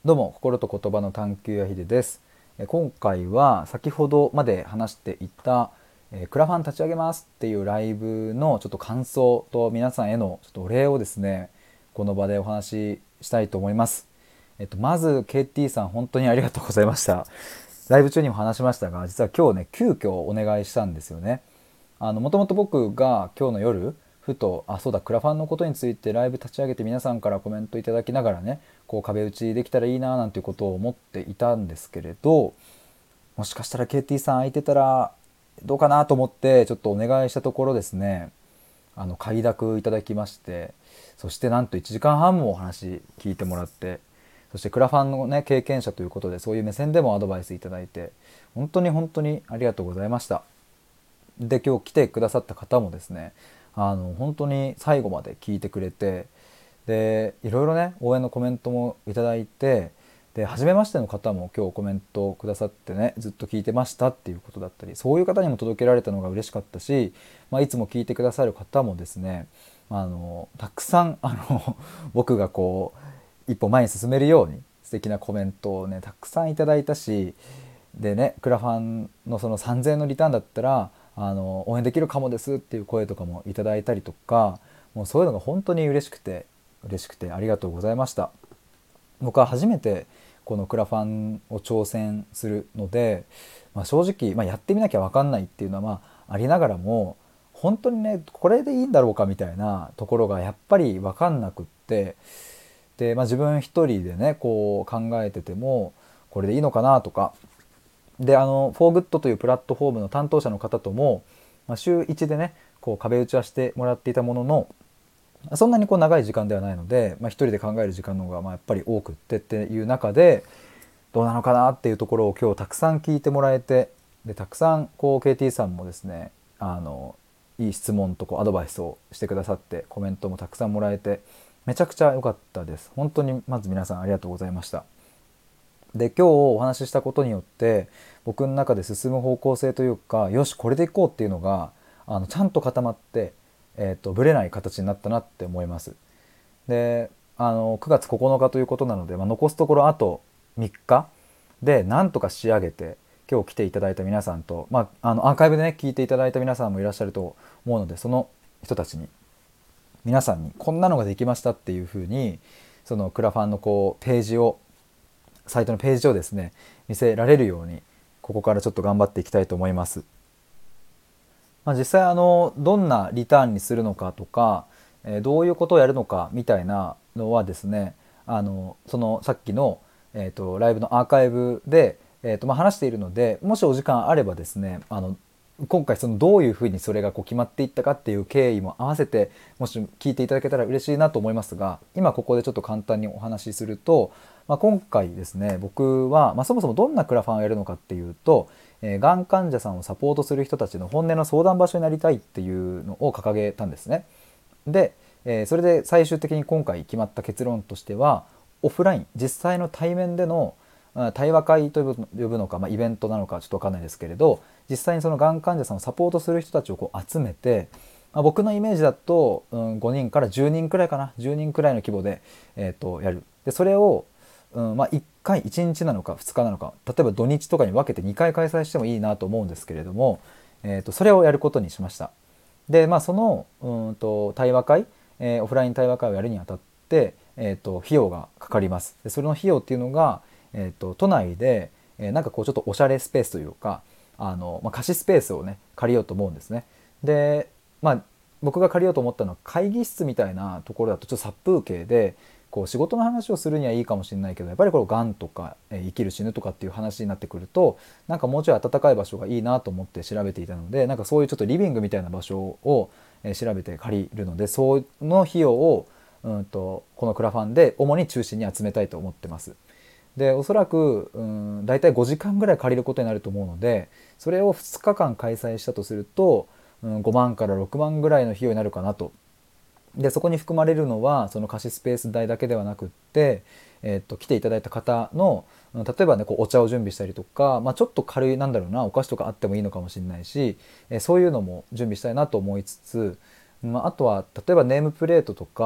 どうも、心と言葉の探求やひでです。今回は先ほどまで話していた、クラファン立ち上げますっていうライブのちょっと感想と皆さんへのちょっとお礼をですね、この場でお話ししたいと思います。まず KT さん本当にありがとうございました。ライブ中にも話しましたが、実は今日ね、急遽お願いしたんですよね。もともと僕が今日の夜ふとそうだクラファンのことについてライブ立ち上げて皆さんからコメントいただきながらね、こう壁打ちできたらいいななんていうことを思っていたんですけれど、もしかしたら KT さん空いてたらどうかなと思ってちょっとお願いしたところですね、快諾いただきまして、そしてなんと1時間半もお話聞いてもらって、そしてクラファンのね経験者ということでそういう目線でもアドバイスいただいて、本当に本当にありがとうございました。で今日来てくださった方もですね、本当に最後まで聞いてくれて、でいろいろね応援のコメントもいただいて、で初めましての方も今日コメントくださってね、ずっと聞いてましたっていうことだったり、そういう方にも届けられたのが嬉しかったし、いつも聞いてくださる方もですね、たくさん僕がこう一歩前に進めるように素敵なコメントをねたくさんいただいたし、でねクラファンのその3000円のリターンだったら応援できるかもですっていう声とかもいただいたりとか、もうそういうのが本当に嬉しくてありがとうございました。僕は初めてこのクラファンを挑戦するので、正直、やってみなきゃ分かんないっていうのはありながらも、本当にねこれでいいんだろうかみたいなところがやっぱり分かんなくって、で、自分一人でねこう考えててもこれでいいのかなとか、でフォーグッドというプラットフォームの担当者の方とも、週1でねこう壁打ちはしてもらっていたものの、そんなにこう長い時間ではないので、一人で考える時間の方がやっぱり多くっていう中で、どうなのかなっていうところを今日たくさん聞いてもらえて、でたくさんこう KT さんもですね、いい質問とこうアドバイスをしてくださって、コメントもたくさんもらえて、めちゃくちゃ良かったです。本当にまず皆さんありがとうございました。で今日お話ししたことによって僕の中で進む方向性というか、よしこれでいこうっていうのがちゃんと固まって、ぶれない形になったなって思います。で9月9日ということなので、残すところあと3日でなんとか仕上げて、今日来ていただいた皆さんと、アーカイブでね聞いていただいた皆さんもいらっしゃると思うので、その人たちに、皆さんにこんなのができましたっていう風に、そのクラファンのこうページを、サイトのページをですね見せられるように、ここからちょっと頑張っていきたいと思います。実際どんなリターンにするのかとか、どういうことをやるのかみたいなのはですね、そのさっきの、ライブのアーカイブで、話しているので、もしお時間あればですね、今回そのどういうふうにそれがこう決まっていったかっていう経緯も合わせて、もし聞いていただけたら嬉しいなと思いますが、今ここでちょっと簡単にお話しすると、今回ですね僕は、そもそもどんなクラファンをやるのかっていうと、がん患者さんをサポートする人たちの本音の相談場所になりたいっていうのを掲げたんですね。で、それで最終的に今回決まった結論としては、オフライン実際の対面での対話会と呼ぶのか、イベントなのかちょっと分かんないですけれど、実際にそのがん患者さんをサポートする人たちをこう集めて、僕のイメージだと、5人から10人くらいかな、10人くらいの規模で、やる。でそれを、1回1日なのか2日なのか、例えば土日とかに分けて2回開催してもいいなと思うんですけれども、それをやることにしました。でその対話会、オフライン対話会をやるにあたって、費用がかかります。でそれの費用っていうのが、都内で、なんかこうちょっとおしゃれスペースというか、貸しスペースをね借りようと思うんですね。で僕が借りようと思ったのは会議室みたいなところだとちょっと殺風景で、こう仕事の話をするにはいいかもしれないけど、やっぱりこれがんとか、生きる死ぬとかっていう話になってくると、なんかもうちょい暖かい場所がいいなと思って調べていたので、なんかそういうちょっとリビングみたいな場所を調べて借りるので、その費用をこのクラファンで主に中心に集めたいと思ってます。でおそらくだいたい5時間ぐらい借りることになると思うので、それを2日間開催したとすると、5万から6万ぐらいの費用になるかなと。でそこに含まれるのはその貸しスペース代だけではなくって、来ていただいた方の例えばねこうお茶を準備したりとか、ちょっと軽いなんだろうなお菓子とかあってもいいのかもしれないし、そういうのも準備したいなと思いつつ、あとは例えばネームプレートとか、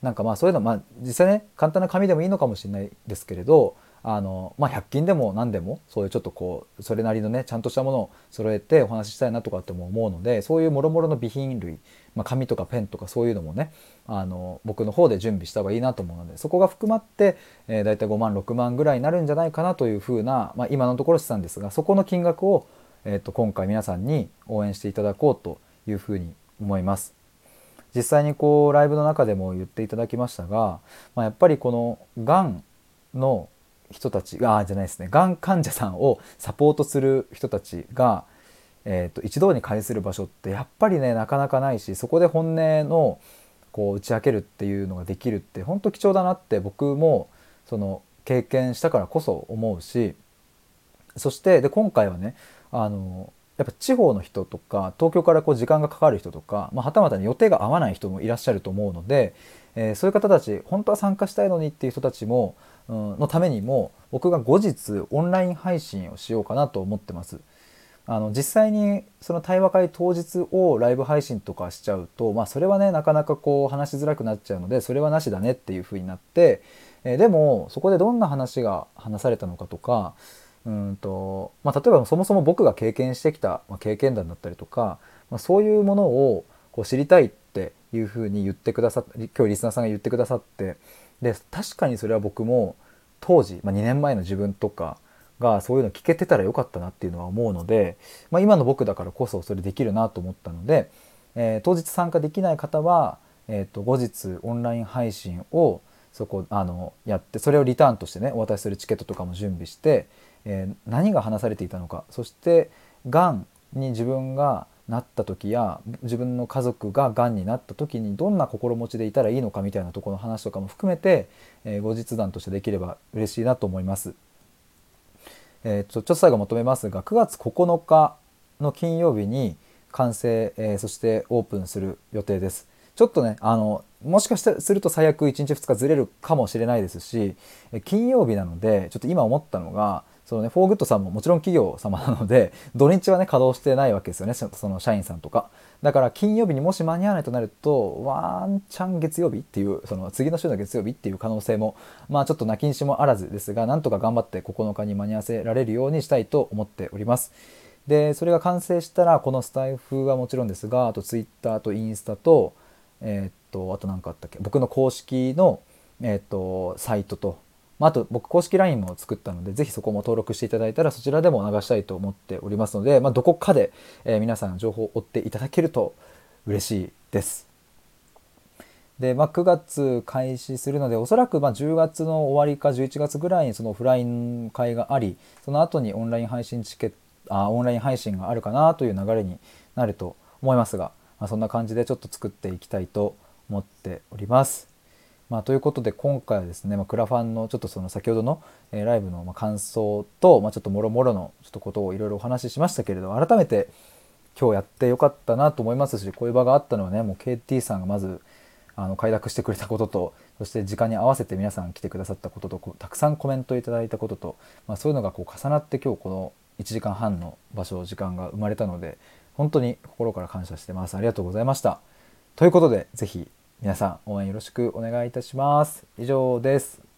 なんかまあそういうの実際ね簡単な紙でもいいのかもしれないですけれど、100均でも何でもそういうちょっとこうそれなりのねちゃんとしたものを揃えてお話ししたいなとかっても思うので、そういうもろもろの備品類、紙とかペンとかそういうのもね僕の方で準備した方がいいなと思うので、そこが含まって、だいたい5万6万ぐらいになるんじゃないかなというふうな、今のところ試算ですが、そこの金額を、今回皆さんに応援していただこうというふうに思います。実際にこうライブの中でも言っていただきましたが、やっぱりこのがんの人たちがじゃないですね、がん患者さんをサポートする人たちが、一堂に会する場所ってやっぱりねなかなかないし、そこで本音のこう打ち明けるっていうのができるって本当貴重だなって僕もその経験したからこそ思うし、そして今回はねやっぱ地方の人とか東京からこう時間がかかる人とか、はたまたに予定が合わない人もいらっしゃると思うので、そういう方たち本当は参加したいのにっていう人たちも、のためにも僕が後日オンライン配信をしようかなと思ってます。実際にその対話会当日をライブ配信とかしちゃうと、それはねなかなかこう話しづらくなっちゃうので、それはなしだねっていう風になって、でもそこでどんな話が話されたのかとか、例えばそもそも僕が経験してきた、経験談だったりとか、そういうものをこう知りたいっていう風に言ってくださって、今日リスナーさんが言ってくださって、で確かにそれは僕も当時、2年前の自分とかがそういうの聞けてたらよかったなっていうのは思うので、今の僕だからこそそれできるなと思ったので、当日参加できない方は、後日オンライン配信をそこやって、それをリターンとしてねお渡しするチケットとかも準備して、何が話されていたのか、そしてがんに自分がなった時や自分の家族ががんになった時にどんな心持ちでいたらいいのかみたいなところの話とかも含めて、後日談としてできれば嬉しいなと思います。ちょっと最後まとめますが、9月9日の金曜日に完成、そしてオープンする予定です。ちょっとねもしかすると最悪1日2日ずれるかもしれないですし、金曜日なのでちょっと今思ったのが、そのねフォーグッドさんももちろん企業様なので土日はね稼働してないわけですよね、その社員さんとか。だから金曜日にもし間に合わないとなると、ワンチャン月曜日っていう、その次の週の月曜日っていう可能性もちょっと泣きにしもあらずですが、なんとか頑張って9日に間に合わせられるようにしたいと思っております。でそれが完成したら、このスタイフはもちろんですが、あとツイッターとインスタとあと何かあったっけ、僕の公式の、サイトと、あと僕公式 LINE も作ったので、ぜひそこも登録していただいたらそちらでも流したいと思っておりますので、どこかで、皆さん情報を追っていただけると嬉しいです。で、9月開始するので、おそらく10月の終わりか11月ぐらいにそのオフライン会があり、その後にオンライン配信があるかなという流れになると思いますが、そんな感じでちょっと作っていきたいと思っております。ということで今回はですね、クラファンのちょっとその先ほどのライブの感想と、ちょっともろもろのちょっとことをいろいろお話ししましたけれど、改めて今日やってよかったなと思いますし、こういう場があったのはね、もう KT さんがまず快諾してくれたことと、そして時間に合わせて皆さん来てくださったことと、たくさんコメントいただいたことと、そういうのがこう重なって今日この1時間半の時間が生まれたので、本当に心から感謝してます。ありがとうございました。ということで、ぜひ皆さん応援よろしくお願いいたします。以上です。